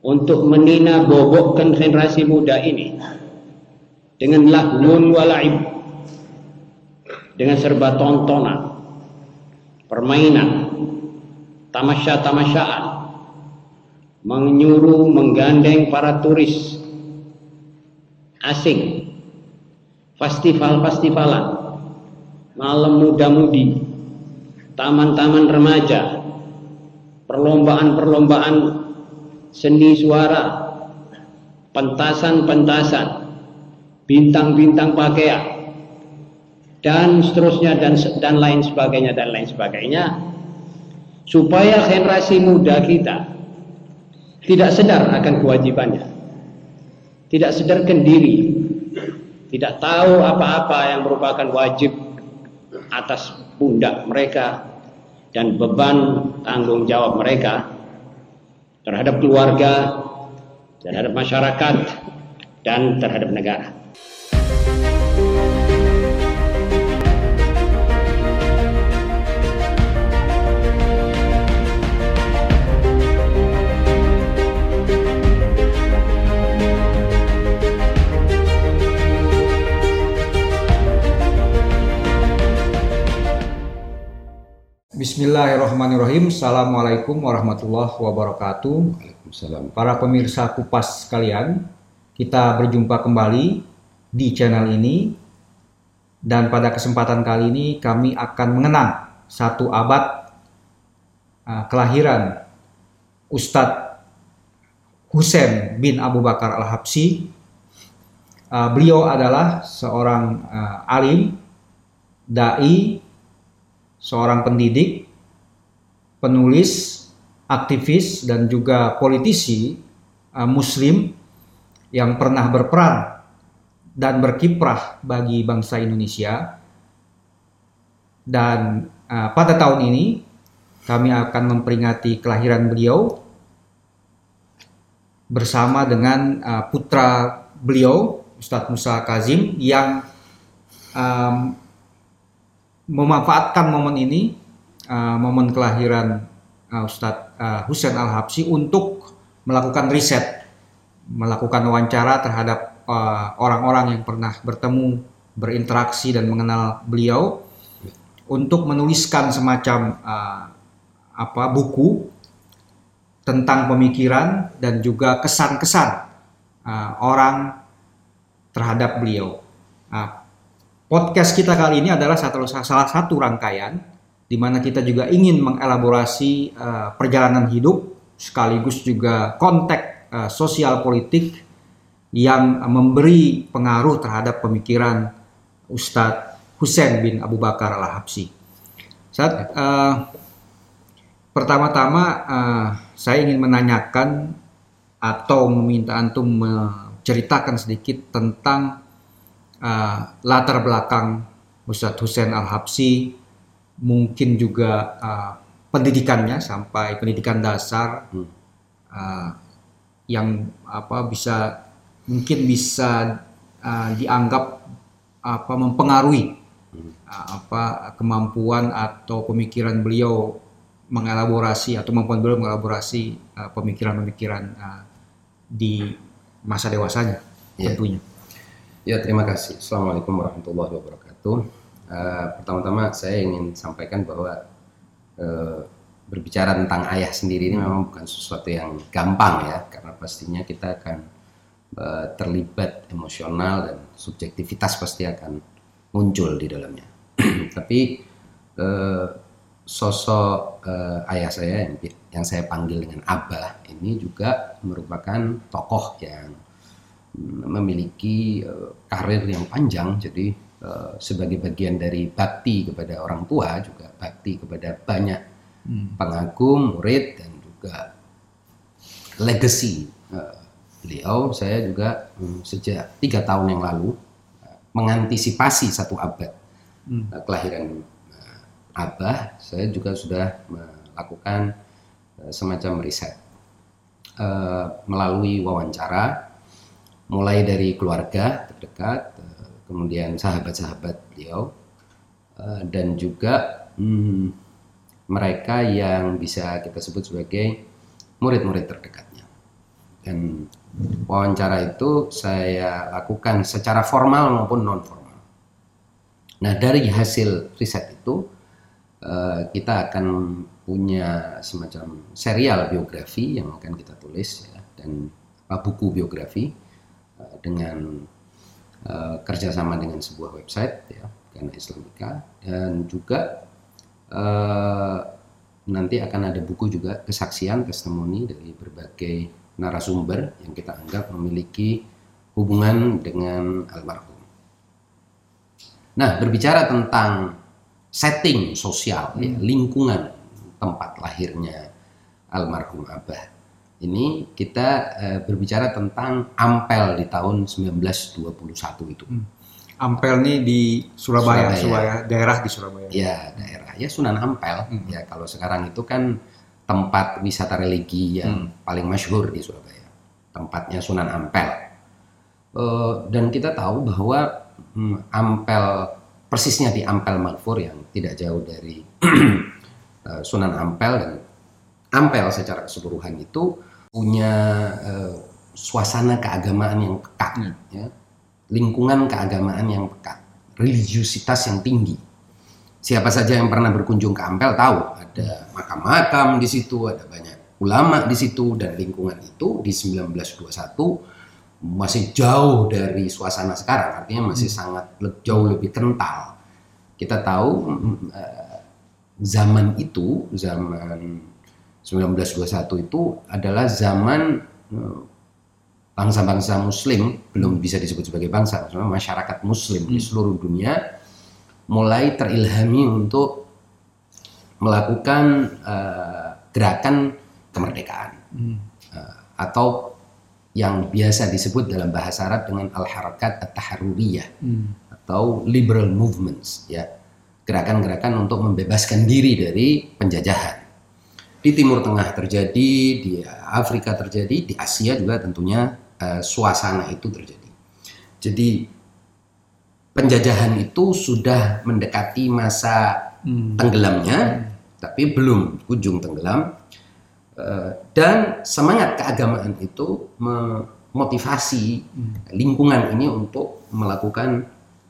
untuk menina bobokkan generasi muda ini dengan lahwun wala'ib, dengan serba tontonan, permainan, tamasya-tamasyaan, menyuruh menggandeng para turis asing, festival-festivalan, malam muda-mudi, taman-taman remaja, perlombaan-perlombaan seni suara, pentasan-pentasan, bintang-bintang pakaian, dan seterusnya dan lain sebagainya, supaya generasi muda kita tidak sadar akan kewajibannya, tidak sadarkan diri, tidak tahu apa-apa yang merupakan wajib atas pundak mereka dan beban tanggung jawab mereka terhadap keluarga, terhadap masyarakat, dan terhadap negara. Bismillahirrahmanirrahim. Assalamualaikum warahmatullahi wabarakatuh. Waalaikumsalam. Para pemirsa Kupas sekalian, kita berjumpa kembali di channel ini, dan pada kesempatan kali ini kami akan mengenang satu abad kelahiran Ustadz Husain bin Abu Bakar Al-Habsyi. Beliau adalah seorang alim, dai, seorang pendidik, penulis, aktivis, dan juga politisi muslim yang pernah berperan dan berkiprah bagi bangsa Indonesia. Dan pada tahun ini kami akan memperingati kelahiran beliau bersama dengan putra beliau, Ustadz Musa Kazim, yang memanfaatkan momen ini, momen kelahiran Ustadz Husain Al-Habsyi, untuk melakukan riset, melakukan wawancara terhadap orang-orang yang pernah bertemu, berinteraksi, dan mengenal beliau, untuk menuliskan semacam buku tentang pemikiran dan juga kesan-kesan orang terhadap beliau. Podcast kita kali ini adalah salah satu rangkaian di mana kita juga ingin mengelaborasi perjalanan hidup sekaligus juga konteks sosial politik yang memberi pengaruh terhadap pemikiran Ustadz Husain bin Abu Bakar Al-Habsyi. Pertama-tama saya ingin menanyakan atau meminta antum menceritakan sedikit tentang latar belakang Ustadz Husain Al-Habsyi, mungkin juga pendidikannya sampai pendidikan dasar, yang bisa dianggap mempengaruhi kemampuan atau pemikiran beliau mengelaborasi pemikiran-pemikiran di masa dewasanya, tentunya. Ya, terima kasih. Assalamualaikum warahmatullahi wabarakatuh. Pertama-tama saya ingin sampaikan bahwa berbicara tentang ayah sendiri ini memang bukan sesuatu yang gampang ya, karena pastinya kita akan terlibat emosional dan subjektivitas pasti akan muncul di dalamnya. Tapi sosok ayah saya yang saya panggil dengan Abah ini juga merupakan tokoh yang memiliki karir yang panjang. Jadi sebagai bagian dari bakti kepada orang tua, juga bakti kepada banyak pengagum, murid, dan juga legacy beliau. Saya juga sejak 3 tahun yang lalu mengantisipasi 1 abad kelahiran Abah. Saya juga sudah melakukan semacam riset melalui wawancara, mulai dari keluarga terdekat, kemudian sahabat-sahabat beliau, dan juga mereka yang bisa kita sebut sebagai murid-murid terdekatnya. Dan wawancara itu saya lakukan secara formal maupun non formal. Nah, dari hasil riset itu kita akan punya semacam serial biografi yang akan kita tulis ya, dan buku biografi dengan kerjasama dengan sebuah website ya, Ghana Islamika, dan juga nanti akan ada buku juga kesaksian testimoni dari berbagai narasumber yang kita anggap memiliki hubungan dengan almarhum. Nah, berbicara tentang setting sosial, ya, lingkungan tempat lahirnya almarhum Abah, ini kita berbicara tentang Ampel di tahun 1921 itu. Ampel ini di Surabaya, daerah di Surabaya. Ya, daerah. Ya, Sunan Ampel. Ya, kalau sekarang itu kan tempat wisata religi yang paling masyhur di Surabaya. Tempatnya Sunan Ampel. Dan kita tahu bahwa Ampel, persisnya di Ampel Malfur yang tidak jauh dari Sunan Ampel, dan Ampel secara keseluruhan itu punya suasana keagamaan yang pekat, ya. Lingkungan keagamaan yang pekat, religiusitas yang tinggi. Siapa saja yang pernah berkunjung ke Ampel tahu ada makam-makam di situ, ada banyak ulama di situ, dan lingkungan itu di 1921 masih jauh dari suasana sekarang, artinya masih sangat jauh lebih kental. Kita tahu zaman 1921 itu adalah zaman bangsa-bangsa Muslim, belum bisa disebut sebagai bangsa, masyarakat Muslim di seluruh dunia mulai terilhami untuk melakukan gerakan kemerdekaan, atau yang biasa disebut dalam bahasa Arab dengan al-harakat at-taharuriyah, atau liberal movements, ya, gerakan-gerakan untuk membebaskan diri dari penjajahan. Di Timur Tengah terjadi, di Afrika terjadi, di Asia juga tentunya suasana itu terjadi. Jadi penjajahan itu sudah mendekati masa tenggelamnya, tapi belum ujung tenggelam. Dan semangat keagamaan itu memotivasi lingkungan ini untuk melakukan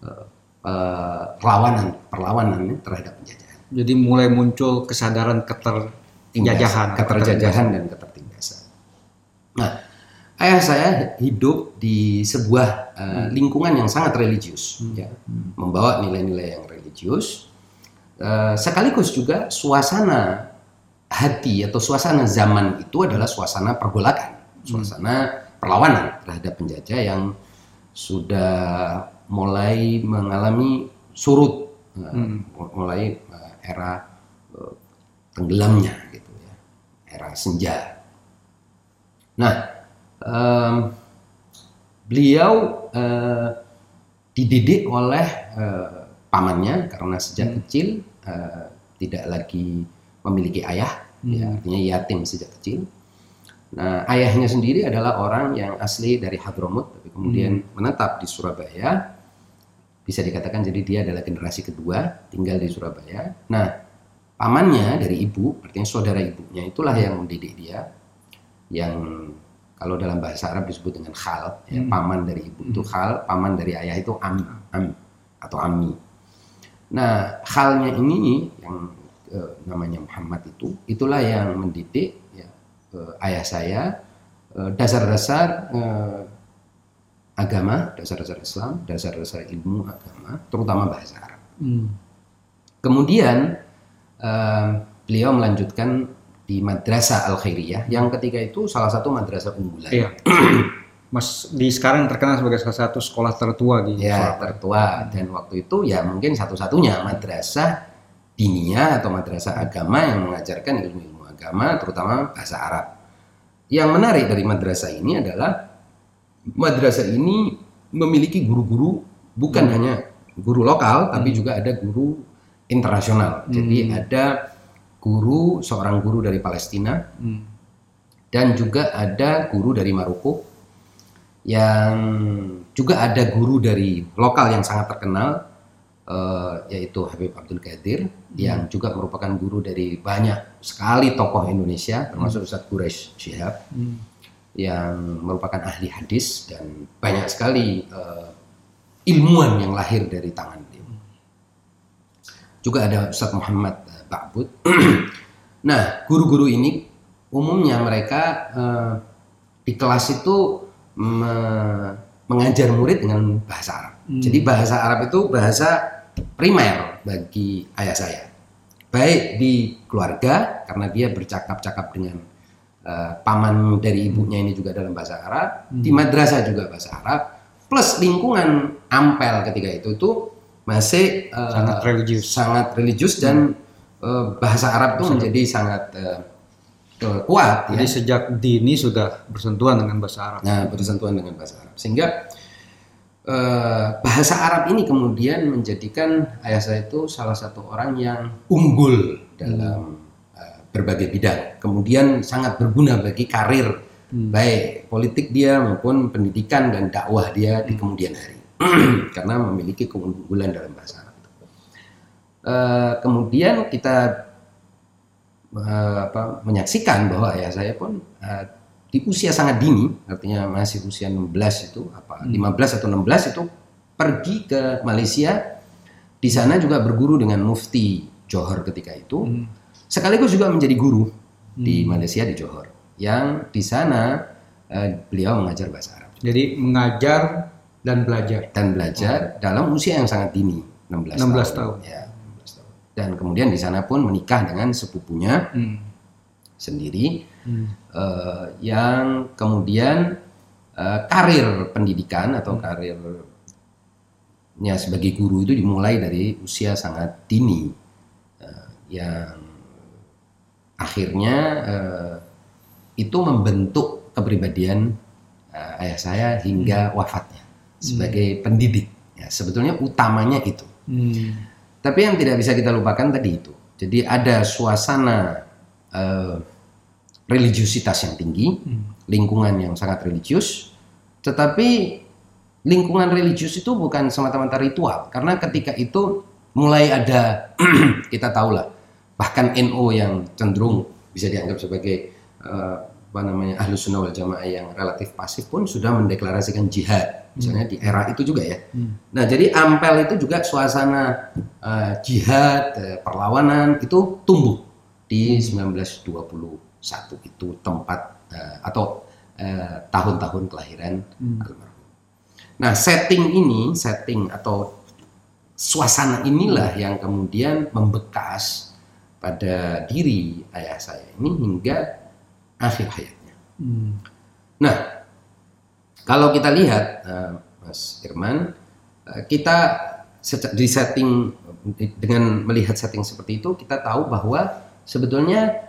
perlawanan terhadap penjajahan. Jadi mulai muncul kesadaran keterjajahan dan ketertindasan. Nah, ayah saya hidup di sebuah lingkungan yang sangat religius, ya, membawa nilai-nilai yang religius, sekaligus juga suasana hati atau suasana zaman itu adalah suasana pergolakan, suasana perlawanan terhadap penjajah yang sudah mulai mengalami surut, mulai era tenggelamnya, gitu ya, era senja. Nah, beliau dididik oleh pamannya karena sejak kecil tidak lagi memiliki ayah, ya, artinya yatim sejak kecil. Nah, ayahnya sendiri adalah orang yang asli dari Hadramut, tapi kemudian menetap di Surabaya. Bisa dikatakan jadi dia adalah generasi kedua tinggal di Surabaya. Nah, pamannya dari ibu, artinya saudara ibunya, itulah yang mendidik dia, yang kalau dalam bahasa Arab disebut dengan khal, ya, paman dari ibu itu khal, paman dari ayah itu am atau ami. Nah, khalnya ini yang namanya Muhammad itulah yang mendidik, ya, ayah saya dasar-dasar agama, dasar-dasar Islam, dasar-dasar ilmu agama, terutama bahasa Arab. Kemudian beliau melanjutkan di Madrasah Al-Khairiyah yang ketika itu salah satu madrasah unggulan. Iya. Mas sekarang terkenal sebagai salah satu sekolah tertua di Surabaya. Tertua, dan waktu itu ya mungkin satu-satunya madrasah diniyah atau madrasah agama yang mengajarkan ilmu-ilmu agama, terutama bahasa Arab. Yang menarik dari madrasah ini adalah madrasah ini memiliki guru-guru, bukan hanya guru lokal, tapi juga ada guru internasional. Jadi ada seorang guru dari Palestina, dan juga ada guru dari Maroko, yang juga ada guru dari lokal yang sangat terkenal, yaitu Habib Abdul Qadir, yang juga merupakan guru dari banyak sekali tokoh Indonesia, termasuk Ustadz Quraish Shihab, yang merupakan ahli hadis dan banyak sekali ilmuwan yang lahir dari tangan beliau. Juga ada Ustadz Muhammad Ba'bud. Nah, guru-guru ini umumnya mereka di kelas itu mengajar murid dengan bahasa Arab. Jadi bahasa Arab itu bahasa primer bagi ayah saya. Baik di keluarga karena dia bercakap-cakap dengan paman dari ibunya ini juga dalam bahasa Arab, di madrasah juga bahasa Arab, plus lingkungan Ampel ketika itu masih sangat religius dan bahasa Arab itu menjadi sangat kuat. Jadi sejak dini sudah bersentuhan dengan bahasa Arab. Nah, bersentuhan dengan bahasa Arab sehingga bahasa Arab ini kemudian menjadikan ayah saya itu salah satu orang yang unggul dalam berbagai bidang. Kemudian sangat berguna bagi karir baik politik dia maupun pendidikan dan dakwah dia di kemudian hari karena memiliki keunggulan dalam bahasa Arab. Kemudian kita menyaksikan bahwa ayah saya pun di usia sangat dini, artinya masih usia 16 itu 15 atau 16 itu pergi ke Malaysia. Di sana juga berguru dengan Mufti Johor ketika itu. Sekaligus juga menjadi guru di Malaysia di Johor. Yang di sana beliau mengajar bahasa Arab. Jadi mengajar dan belajar dalam usia yang sangat dini, 16 tahun. Ya, 16 tahun. Dan kemudian di sana pun menikah dengan sepupunya sendiri. Yang kemudian karir pendidikan atau karirnya sebagai guru itu dimulai dari usia sangat dini, yang akhirnya itu membentuk kepribadian ayah saya hingga wafatnya sebagai pendidik. Ya, sebetulnya utamanya itu. Tapi yang tidak bisa kita lupakan tadi itu. Jadi ada suasana religiusitas yang tinggi, lingkungan yang sangat religius, tetapi lingkungan religius itu bukan semata-mata ritual, karena ketika itu mulai ada kita tahulah bahkan NU yang cenderung bisa dianggap sebagai Ahlus Sunnah wal Jamaah yang relatif pasif pun sudah mendeklarasikan jihad, misalnya di era itu juga ya. Nah, jadi Ampel itu juga suasana jihad, perlawanan itu tumbuh di 1921 itu tempat atau tahun-tahun kelahiran almarhum. Nah, setting atau suasana inilah yang kemudian membekas pada diri ayah saya ini hingga akhir hayatnya. Nah, kalau kita lihat Mas Irman, kita di setting dengan melihat setting seperti itu kita tahu bahwa sebetulnya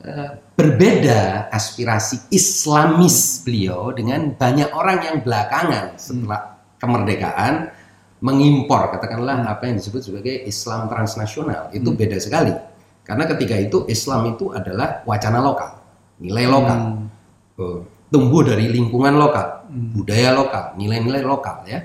berbeda aspirasi Islamis beliau dengan banyak orang yang belakangan setelah kemerdekaan mengimpor katakanlah apa yang disebut sebagai Islam transnasional. Itu beda sekali karena ketika itu Islam itu adalah wacana lokal, nilai lokal, tumbuh dari lingkungan lokal, budaya lokal, nilai-nilai lokal ya,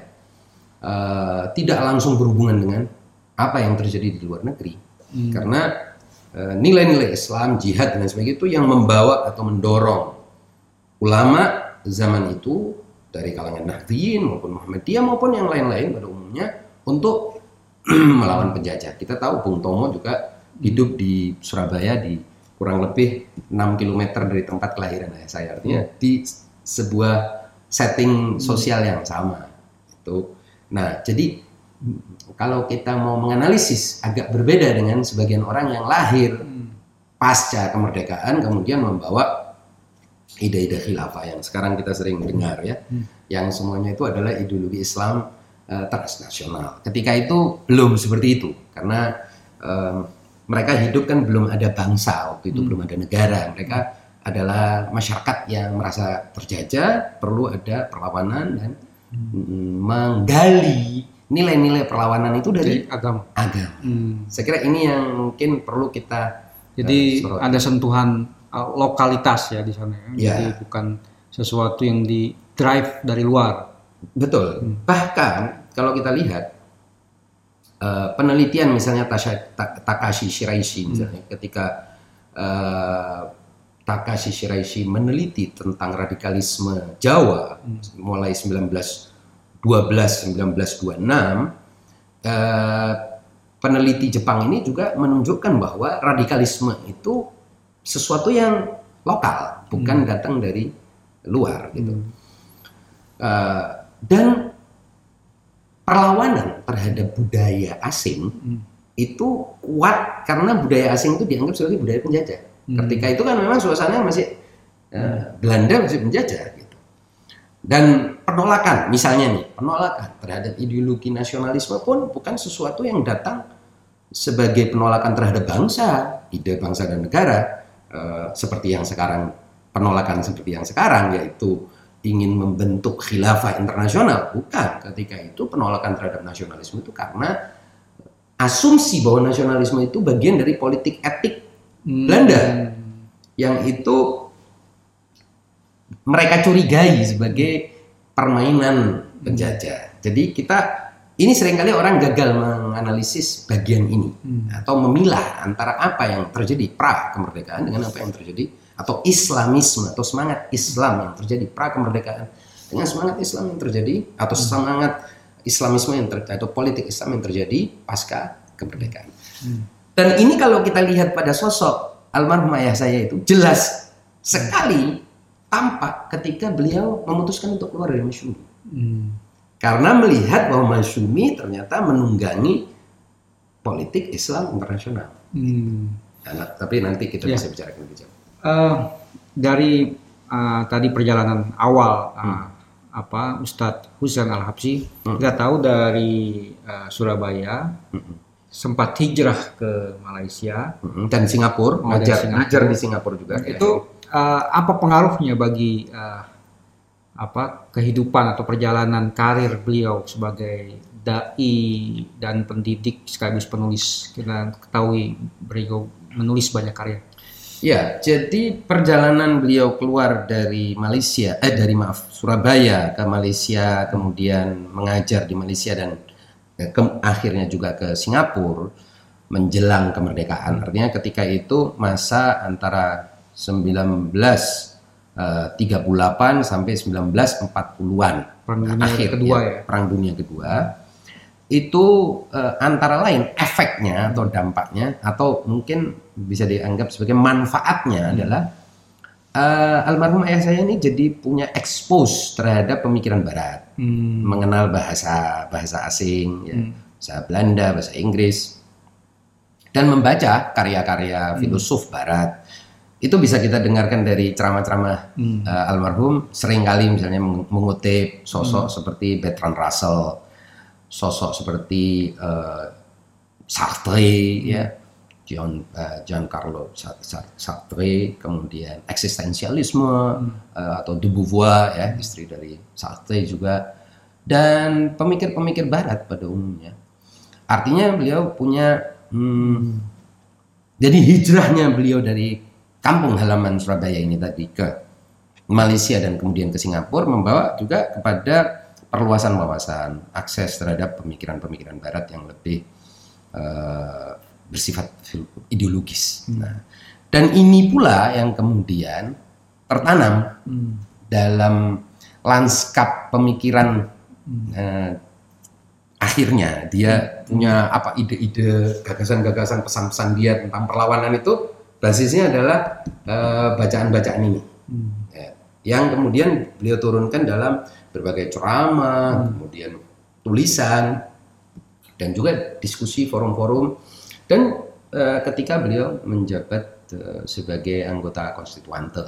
tidak langsung berhubungan dengan apa yang terjadi di luar negeri karena nilai-nilai Islam, jihad dan sebagainya itu yang membawa atau mendorong ulama zaman itu dari kalangan Nahdliyin maupun Muhammadiyah maupun yang lain-lain pada umumnya untuk melawan penjajah. Kita tahu Bung Tomo juga hidup di Surabaya di kurang lebih 6 km dari tempat kelahiran ayah saya, artinya di sebuah setting sosial yang sama itu. Nah, jadi kalau kita mau menganalisis agak berbeda dengan sebagian orang yang lahir pasca kemerdekaan kemudian membawa ide-ide khilafah yang sekarang kita sering dengar ya, yang semuanya itu adalah ideologi Islam transnasional. Ketika itu belum seperti itu karena mereka hidup kan belum ada bangsa waktu itu, belum ada negara. Mereka adalah masyarakat yang merasa terjajah, perlu ada perlawanan dan menggali nilai-nilai perlawanan itu dari agama. Saya kira ini yang mungkin perlu kita jadi ada sentuhan lokalitas ya di sana ya. Jadi bukan sesuatu yang di drive dari luar. Betul. Bahkan kalau kita lihat penelitian misalnya Takashi Shiraishi misalnya ketika Takashi Shiraishi meneliti tentang radikalisme Jawa mulai 1912-1926, peneliti Jepang ini juga menunjukkan bahwa radikalisme itu sesuatu yang lokal, bukan datang dari luar gitu. Dan perlawanan terhadap budaya asing itu kuat karena budaya asing itu dianggap sebagai budaya penjajah. Ketika itu kan memang suasananya masih Belanda masih penjajah gitu. Dan penolakan, misalnya nih, penolakan terhadap ideologi nasionalisme pun bukan sesuatu yang datang sebagai penolakan terhadap bangsa, ide bangsa dan negara, seperti yang sekarang, penolakan seperti yang sekarang, yaitu ingin membentuk khilafah internasional. Bukan, ketika itu penolakan terhadap nasionalisme itu karena asumsi bahwa nasionalisme itu bagian dari politik etik Belanda, yang itu mereka curigai sebagai permainan penjajah. Jadi ini seringkali orang gagal menganalisis bagian ini atau memilah antara apa yang terjadi pra kemerdekaan dengan apa yang terjadi, atau Islamisme atau semangat Islam yang terjadi pra kemerdekaan dengan semangat Islam yang terjadi, atau semangat Islamisme yang terjadi, atau politik Islam yang terjadi pasca kemerdekaan. Dan ini kalau kita lihat pada sosok almarhum ayah saya itu jelas sekali tampak ketika beliau memutuskan untuk keluar dari Masyumi. Karena melihat bahwa Masyumi ternyata menunggangi politik Islam internasional. Nah, tapi nanti kita bisa bicarakan lebih jauh. Dari tadi perjalanan awal Ustadz Husain Al-Habsyi, kita tahu dari Surabaya sempat hijrah ke Malaysia dan Singapura, ngajar di Singapura juga. Itu apa pengaruhnya bagi kehidupan atau perjalanan karir beliau sebagai dai dan pendidik sekaligus penulis? Kita ketahui beliau menulis banyak karya. Ya, jadi perjalanan beliau keluar dari Surabaya ke Malaysia, kemudian mengajar di Malaysia dan akhirnya juga ke Singapura menjelang kemerdekaan. Artinya ketika itu masa antara 1938 sampai 1940-an. Perang Dunia Kedua. Itu antara lain efeknya atau dampaknya atau mungkin bisa dianggap sebagai manfaatnya adalah almarhum ayah saya ini jadi punya expose terhadap pemikiran Barat, mengenal bahasa asing, bahasa Belanda, bahasa Inggris, dan membaca karya-karya filosof Barat. Itu bisa kita dengarkan dari ceramah-ceramah almarhum. Seringkali misalnya mengutip sosok seperti Bertrand Russell, sosok seperti Sartre, Jean-Carlo Sartre, kemudian eksistensialisme atau de Beauvoir, istri dari Sartre juga, dan pemikir-pemikir Barat pada umumnya. Artinya beliau punya jadi hijrahnya beliau dari kampung halaman Surabaya ini tadi ke Malaysia dan kemudian ke Singapura membawa juga kepada perluasan wawasan, akses terhadap pemikiran-pemikiran Barat yang lebih bersifat ideologis. Nah, dan ini pula yang kemudian tertanam dalam lanskap pemikiran. Akhirnya dia punya ide-ide, gagasan-gagasan, pesan-pesan dia tentang perlawanan itu basisnya adalah bacaan-bacaan ini, yang kemudian beliau turunkan dalam berbagai ceramah, kemudian tulisan, dan juga diskusi forum-forum. Dan ketika beliau menjabat sebagai anggota konstituante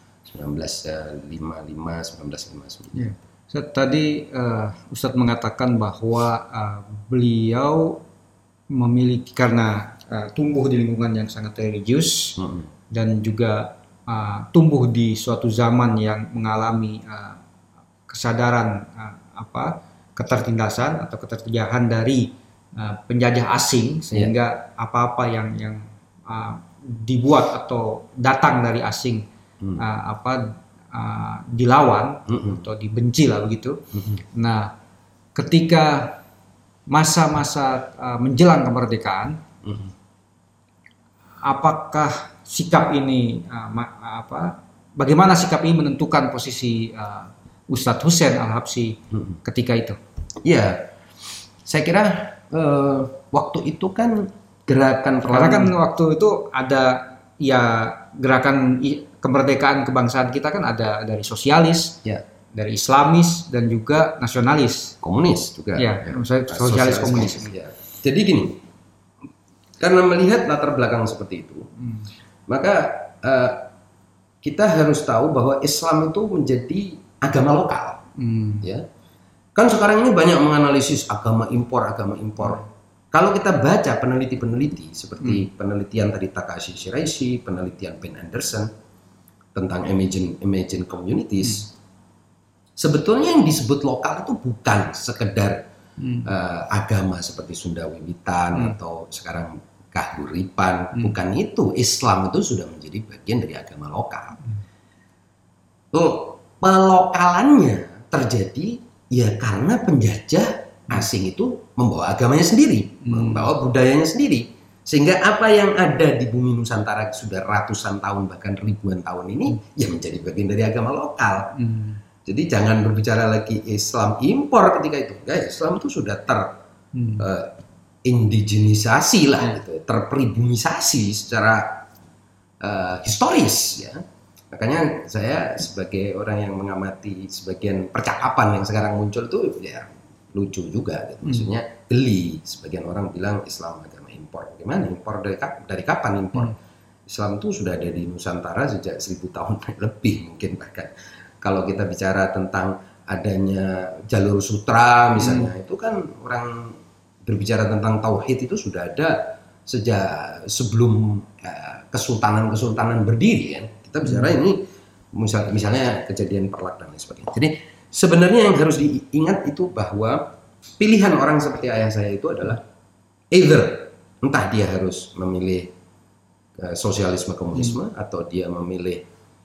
1955-1959. Tadi Ustadz mengatakan bahwa beliau memiliki, karena tumbuh di lingkungan yang sangat religius dan juga tumbuh di suatu zaman yang mengalami kesadaran ketertindasan atau keterjahan dari penjajah asing, sehingga apa-apa yang dibuat atau datang dari asing dilawan atau dibenci lah begitu. Nah, ketika masa-masa menjelang kemerdekaan, apakah sikap ini bagaimana sikap ini menentukan posisi Ustadz Hussein Al-Habsyi ketika itu? Ya, saya kira waktu itu kan gerakan karena kan waktu itu ada ya gerakan kemerdekaan kebangsaan kita kan ada dari sosialis, ya, dari Islamis dan juga nasionalis, komunis juga. Ya. Sosialis komunis. Ya. Jadi gini, karena melihat latar belakang seperti itu, maka kita harus tahu bahwa Islam itu menjadi agama lokal. Ya, kan sekarang ini banyak menganalisis agama impor. Kalau kita baca peneliti-peneliti seperti penelitian tadi Takashi Shiraishi, penelitian Ben Anderson tentang emerging communities, sebetulnya yang disebut lokal itu bukan sekedar agama seperti Sunda Wiwitan atau sekarang Kahuripan, bukan itu. Islam itu sudah menjadi bagian dari agama lokal. Pelokalannya terjadi ya karena penjajah asing itu membawa agamanya sendiri, membawa budayanya sendiri, sehingga apa yang ada di bumi Nusantara sudah ratusan tahun bahkan ribuan tahun ini ya menjadi bagian dari agama lokal. Jadi jangan berbicara lagi Islam impor ketika itu. Ya, Islam itu sudah indigenisasi lah, gitu, terpribumisasi secara historis ya. Makanya saya sebagai orang yang mengamati sebagian percakapan yang sekarang muncul tuh ya lucu juga gitu. Maksudnya geli, sebagian orang bilang Islam agama impor. Bagaimana impor dari kapan impor? Islam itu sudah ada di Nusantara sejak 1000 tahun lebih mungkin, bahkan kalau kita bicara tentang adanya jalur sutra misalnya, itu kan orang berbicara tentang tauhid itu sudah ada sejak sebelum kesultanan berdiri kan. Kita bicara ini misalnya kejadian Perlak dan lain sebagainya. Jadi sebenarnya yang harus diingat itu bahwa pilihan orang seperti ayah saya itu adalah either entah dia harus memilih sosialisme komunisme atau dia memilih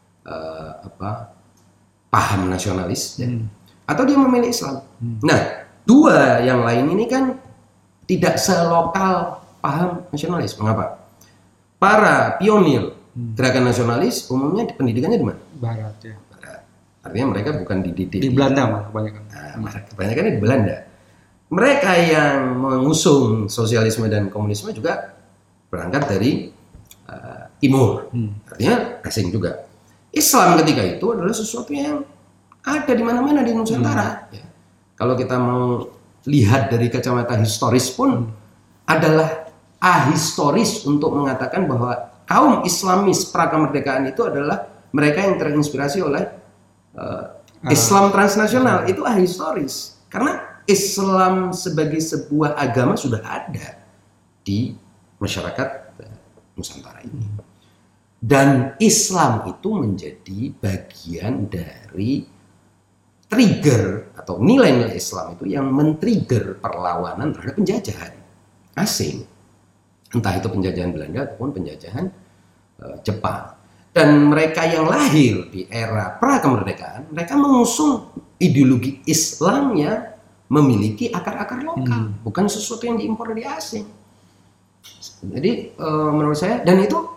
paham nasionalis ya, atau dia memilih Islam. Nah, dua yang lain ini kan tidak selokal paham nasionalis. Mengapa? Para pionir gerakan nasionalis umumnya pendidikannya di mana? Barat ya. Barat. Artinya mereka bukan dididik di Belanda malah kebanyakan. Kebanyakan di Belanda. Mereka yang mengusung sosialisme dan komunisme juga berangkat dari timur. Artinya asing juga. Islam ketika itu adalah sesuatu yang ada di mana-mana di Nusantara. Ya. Kalau kita mau lihat dari kacamata historis pun adalah ahistoris untuk mengatakan bahwa kaum Islamis prakemerdekaan itu adalah mereka yang terinspirasi oleh Islam transnasional. Itu ahistoris karena Islam sebagai sebuah agama sudah ada di masyarakat Nusantara ini. Dan Islam itu menjadi bagian dari trigger atau nilai-nilai Islam itu yang men-trigger perlawanan terhadap penjajahan asing. Entah itu penjajahan Belanda ataupun penjajahan Jepang. Dan mereka yang lahir di era pra-kemerdekaan, mereka mengusung ideologi Islam yang memiliki akar-akar lokal, bukan sesuatu yang diimpor dari asing. Jadi menurut saya, dan itu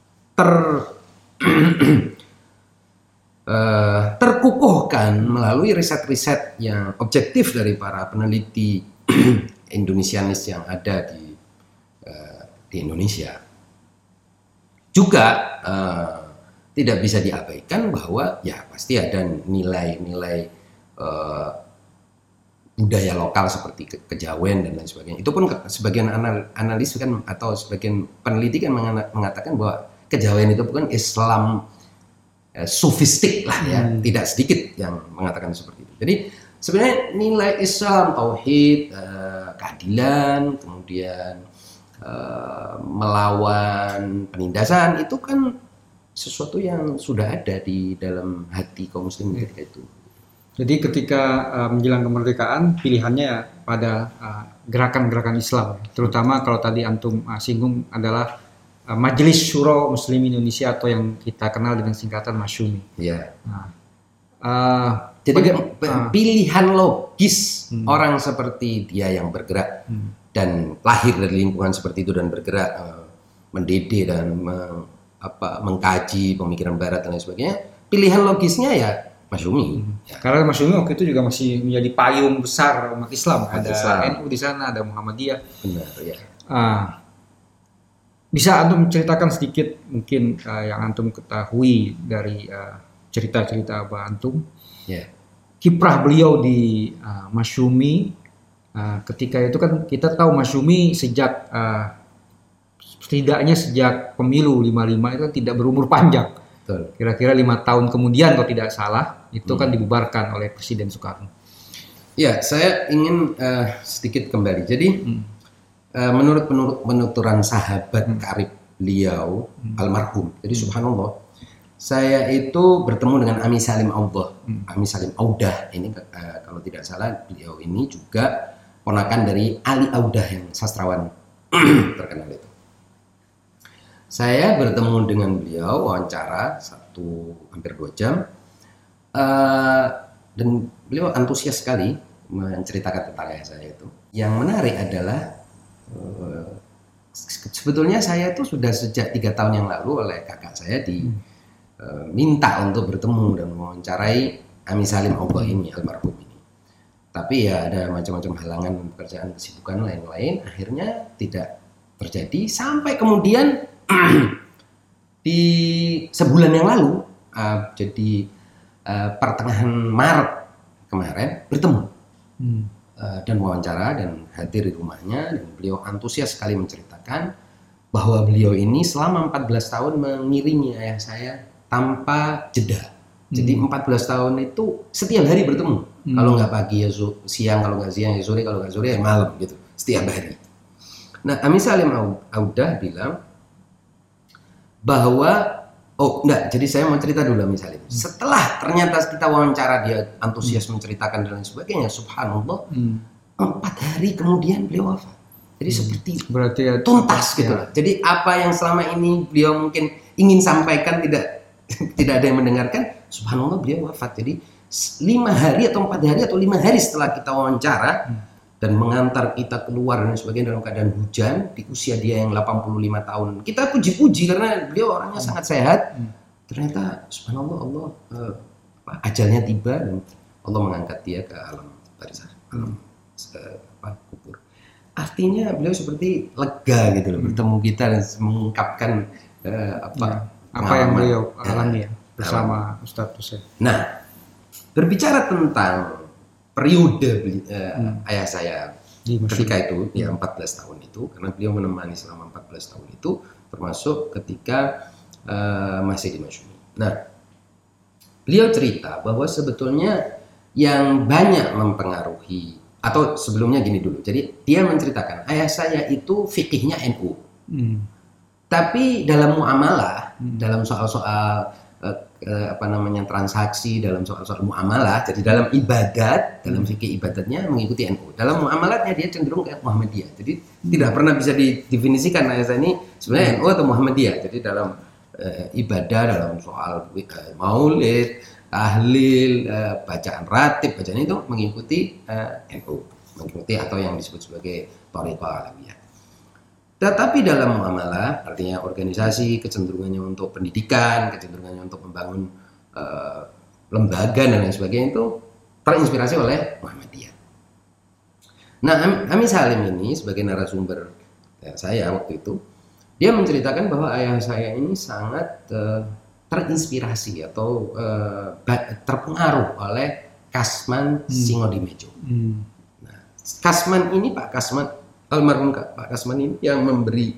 terkukuhkan melalui riset-riset yang objektif dari para peneliti Indonesianis yang ada di Indonesia. Juga tidak bisa diabaikan bahwa ya pasti ada nilai-nilai budaya lokal seperti kejawen dan lain sebagainya. Itu pun sebagian analis kan atau sebagian peneliti kan mengatakan bahwa kejawen itu bukan Islam sufistik lah ya, tidak sedikit yang mengatakan seperti itu. Jadi sebenarnya nilai Islam, tauhid, keadilan, kemudian melawan penindasan itu kan sesuatu yang sudah ada di dalam hati kaum muslimin ketika itu. Jadi ketika menjelang kemerdekaan pilihannya pada gerakan-gerakan Islam, terutama kalau tadi antum singgung adalah Majelis Syuro Muslim Indonesia atau yang kita kenal dengan singkatan Masyumi. Ya. Jadi pilihan logis orang seperti dia yang bergerak dan lahir dari lingkungan seperti itu dan bergerak mendidik dan mengkaji pemikiran Barat dan lain sebagainya, pilihan logisnya ya Masyumi. Ya. Karena Masyumi waktu itu juga masih menjadi payung besar umat Islam. Ada Islam. NU di sana, ada Muhammadiyah. Benar ya. Bisa antum ceritakan sedikit mungkin yang antum ketahui dari cerita-cerita Abah antum? Ya. Kiprah beliau di Masyumi ketika itu kan kita tahu Masyumi sejak setidaknya sejak pemilu 55 itu kan tidak berumur panjang. Betul. Kira-kira 5 tahun kemudian kalau tidak salah itu kan dibubarkan oleh Presiden Soekarno. Ya, saya ingin sedikit kembali. Jadi menurut penuturan sahabat karib beliau almarhum. Jadi subhanallah, saya itu bertemu dengan Ami Salim Audah. Ami Salim Audah ini kalau tidak salah beliau ini juga ponakan dari Ali Audah yang sastrawan terkenal itu. Saya bertemu dengan beliau, wawancara hampir 2 jam, dan beliau antusias sekali menceritakan tentang ayah saya itu. Yang menarik adalah sebetulnya saya itu sudah sejak 3 tahun yang lalu oleh kakak saya diminta untuk bertemu dan mewawancarai Ami Salim Audah ini, almarhum ini. Tapi ya ada macam-macam halangan, pekerjaan, kesibukan lain-lain, akhirnya tidak terjadi sampai kemudian di sebulan yang lalu, jadi pertengahan Maret kemarin bertemu dan wawancara dan hadir di rumahnya, dan beliau antusias sekali menceritakan bahwa beliau ini selama 14 tahun mengiringi ayah saya tanpa jeda. Jadi 14 tahun itu setiap hari bertemu. Kalau nggak pagi ya siang, kalau nggak siang ya sore, kalau nggak sore ya malam gitu, setiap hari. Nah, Ami Salim Audah bilang bahwa jadi saya mau cerita dulu misalnya. Setelah ternyata kita wawancara dia antusias menceritakan dan lain sebagainya, subhanallah, 4 hari kemudian beliau wafat. Jadi seperti berarti ya, tuntas gitu loh. Jadi apa yang selama ini beliau mungkin ingin sampaikan tidak ada yang mendengarkan, subhanallah beliau wafat. Jadi 5 hari atau 4 hari atau 5 hari setelah kita wawancara dan mengantar kita keluar dan sebagainya dalam keadaan hujan di usia dia yang 85 tahun. Kita puji-puji karena beliau orangnya sangat sehat. Ternyata subhanallah Allah ajalnya tiba dan Allah mengangkat dia ke alam barzakh, alam kubur. Artinya beliau seperti lega gitu loh bertemu kita dan mengungkapkan apa yang beliau alami bersama Ustadz Hussein. Nah, berbicara tentang periode ayah saya ketika itu ya 14 tahun itu, karena beliau menemani selama 14 tahun itu, termasuk ketika masih di Masyumi. Nah, beliau cerita bahwa sebetulnya yang banyak mempengaruhi, atau sebelumnya gini dulu. Jadi dia menceritakan ayah saya itu fikihnya NU. Tapi dalam muamalah, dalam soal-soal transaksi, dalam soal-soal muamalah, jadi dalam ibadat, dalam fikih ibadatnya mengikuti NU. Dalam muamalatnya dia cenderung ke Muhammadiyah. Jadi tidak pernah bisa didefinisikan ayah saya ini sebenarnya NU atau Muhammadiyah. Jadi dalam ibadah, dalam soal maulid, tahlil, bacaan ratib, bacaan itu mengikuti NU, mengikuti atau yang disebut sebagai thariqah alawiyah. Tetapi dalam muamalah, artinya organisasi, kecenderungannya untuk pendidikan, kecenderungannya untuk membangun lembaga dan lain sebagainya itu terinspirasi oleh Muhammadiyah. Nah, Ami Salim ini sebagai narasumber saya waktu itu, dia menceritakan bahwa ayah saya ini sangat terinspirasi atau terpengaruh oleh Kasman Singodimejo. Nah, Kasman ini, Pak Kasman, almarhum Pak Kasman ini yang memberi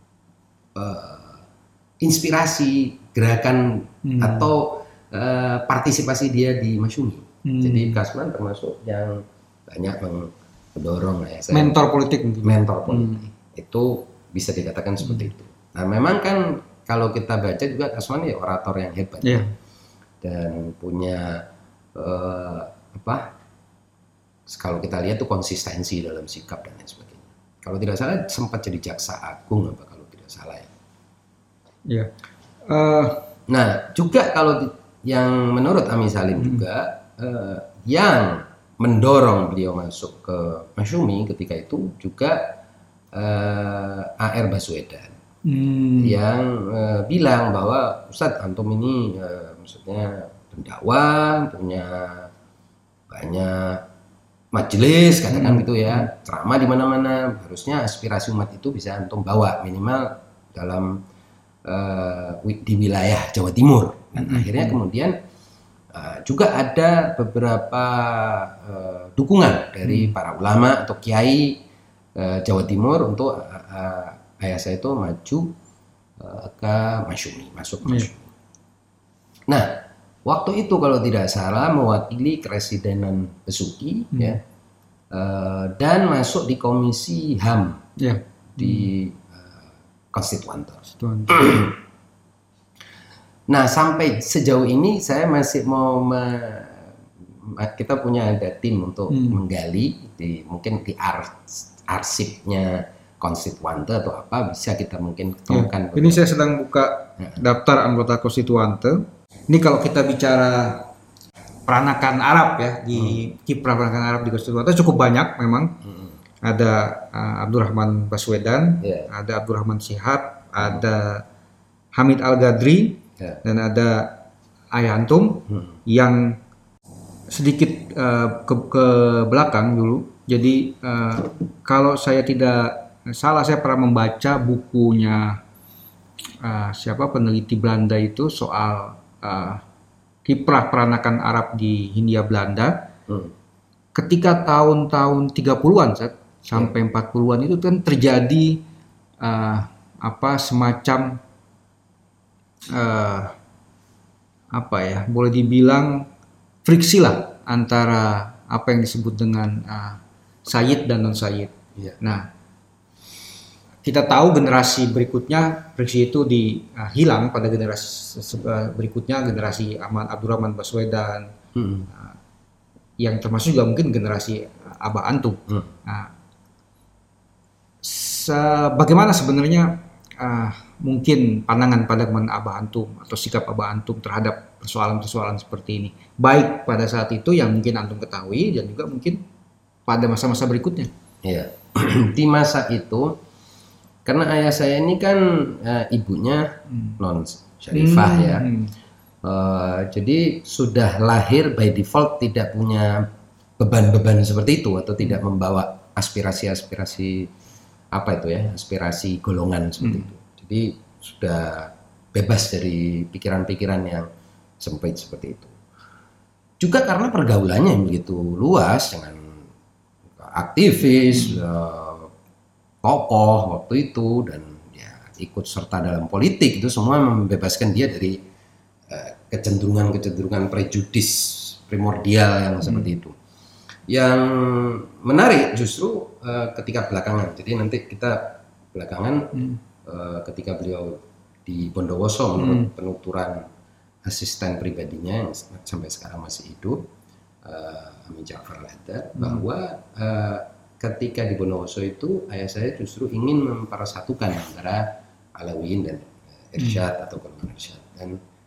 inspirasi gerakan atau partisipasi dia di Masyumi. Jadi Kasman termasuk yang banyak mendorong ya saya. Mentor politik mungkin. Mentor politik. Itu bisa dikatakan seperti itu. Nah, memang kan kalau kita baca juga Kasman ya orator yang hebat. Dan punya kalau kita lihat tuh konsistensi dalam sikap dan lain sebagainya. Kalau tidak salah sempat jadi jaksa agung kalau tidak salah ya. Iya. Nah, juga kalau yang menurut Ami Salim juga yang mendorong beliau masuk ke Masyumi ketika itu juga A.R. Baswedan. yang bilang bahwa Ustadz antum ini maksudnya pendakwah, punya banyak majelis katakan gitu ya, ceramah di mana-mana, harusnya aspirasi umat itu bisa antum bawa minimal dalam di wilayah Jawa Timur. Dan akhirnya kemudian juga ada beberapa dukungan dari para ulama atau kiai Jawa Timur untuk ayah saya itu maju ke Masyumi, masuk Masyumi. Nah, waktu itu kalau tidak salah mewakili Keresidenan Besuki ya, dan masuk di Komisi HAM di Konstituante. Nah, sampai sejauh ini saya masih mau kita punya ada tim untuk menggali mungkin di arsipnya Konstituante atau apa, bisa kita mungkin ketemukan. Ini saya sedang buka daftar anggota Konstituante. Ini kalau kita bicara peranakan Arab ya, di kiprah peranakan Arab di Konstituante cukup banyak memang. Ada Abdurrahman Baswedan, ada Abdurrahman Shihab, ada Hamid Al-Ghadri, dan ada Ayah Antum yang sedikit ke belakang dulu. Jadi kalau saya tidak salah, saya pernah membaca bukunya siapa peneliti Belanda itu soal kiprah peranakan Arab di Hindia Belanda. Ketika tahun-tahun 30-an sampai 40-an itu kan terjadi semacam boleh dibilang friksi lah antara apa yang disebut dengan Sayyid dan non Sayyid. Nah, kita tahu generasi berikutnya friksi itu hilang pada generasi berikutnya, generasi Abdurrahman Baswedan, yang termasuk juga mungkin generasi Abah Antum. Nah, bagaimana sebenarnya mungkin pandangan Abah Antum atau sikap Abah Antum terhadap persoalan-persoalan seperti ini, baik pada saat itu yang mungkin Antum ketahui dan juga mungkin pada masa-masa berikutnya? Ya, di masa itu karena ayah saya ini kan ibunya non syarifah ya, jadi sudah lahir by default tidak punya beban-beban seperti itu atau tidak membawa aspirasi aspirasi golongan seperti itu. Jadi sudah bebas dari pikiran-pikiran yang sempit seperti itu. Juga karena pergaulannya yang begitu luas dengan aktivis, tokoh waktu itu, dan ya ikut serta dalam politik, itu semua membebaskan dia dari kecenderungan prejudis primordial yang seperti itu. Yang menarik justru ketika belakangan. Jadi nanti kita belakangan ketika beliau di Bondowoso menurut penuturan asisten pribadinya yang sampai sekarang masih hidup, Amin Ja'far Al-Haddad, bahwa ketika di Bondowoso itu ayah saya justru ingin mempersatukan antara Alawiyin dan Irsyad atau golongan Irsyad, dan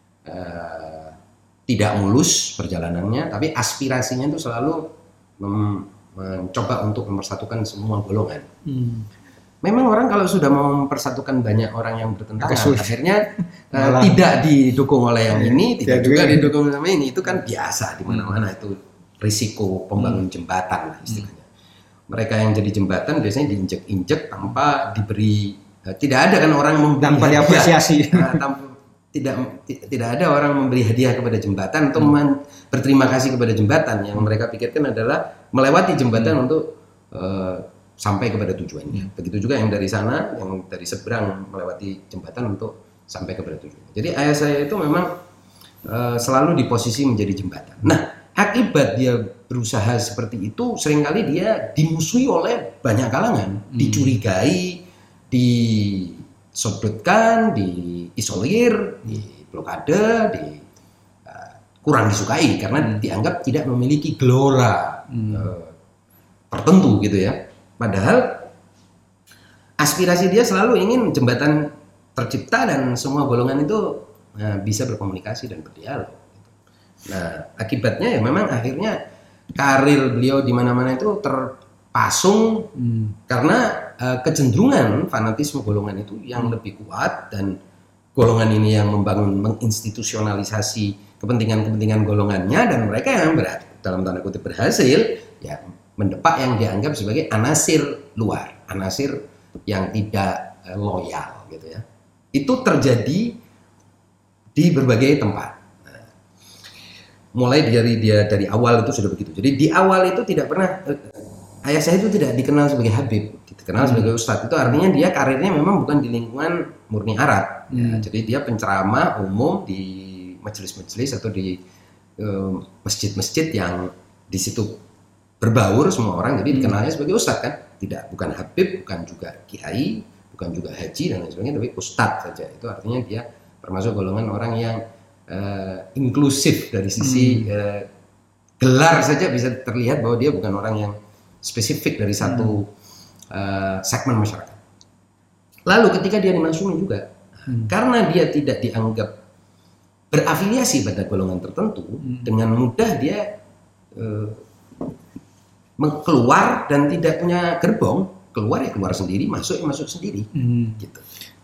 tidak mulus perjalanannya, tapi aspirasinya itu selalu mencoba untuk mempersatukan semua golongan. Memang orang kalau sudah mau mempersatukan banyak orang yang bertentangan, akhirnya tidak didukung oleh yang ini, tidak juga didukung sama ini. Itu kan biasa di mana-mana, itu risiko pembangun jembatan lah istilahnya. Mereka yang jadi jembatan biasanya diinjek-injek tanpa diberi, tidak ada kan orang tanpa diapresiasi. Tidak ada orang memberi hadiah kepada jembatan atau berterima kasih kepada jembatan. Yang mereka pikirkan adalah melewati jembatan untuk sampai kepada tujuannya. Begitu juga yang dari sana, yang dari seberang melewati jembatan untuk sampai kepada tujuannya. Jadi ayah saya itu memang selalu di posisi menjadi jembatan. Nah, akibat dia berusaha seperti itu, seringkali dia dimusuhi oleh banyak kalangan, dicurigai, disudutkan, diisolir, diblokade, kurang disukai karena dianggap tidak memiliki gelora tertentu gitu ya. Padahal aspirasi dia selalu ingin jembatan tercipta dan semua golongan itu bisa berkomunikasi dan berdialog. Nah, akibatnya ya memang akhirnya karir beliau di mana-mana itu pasung karena kecenderungan fanatisme golongan itu yang lebih kuat, dan golongan ini yang membangun menginstitusionalisasi kepentingan-kepentingan golongannya, dan mereka yang dalam tanda kutip berhasil ya mendepak yang dianggap sebagai anasir luar, anasir yang tidak loyal gitu ya. Itu terjadi di berbagai tempat. Nah, mulai dari awal itu sudah begitu. Jadi di awal itu tidak pernah ayah saya itu tidak dikenal sebagai Habib, dikenal sebagai Ustadz. Itu artinya dia karirnya memang bukan di lingkungan murni Arab. Ya, jadi dia penceramah umum di majelis-majelis atau di masjid-masjid yang di situ berbaur semua orang. Jadi dikenalnya sebagai Ustadz kan, bukan Habib, bukan juga Kiai, bukan juga Haji dan lain sebagainya, tapi Ustadz saja. Itu artinya dia termasuk golongan orang yang inklusif dari sisi gelar saja bisa terlihat bahwa dia bukan orang yang spesifik dari satu segmen masyarakat. Lalu ketika dia dimaksumi juga, karena dia tidak dianggap berafiliasi pada golongan tertentu, dengan mudah dia keluar dan tidak punya gerbong, keluar sendiri, masuk sendiri, gitu.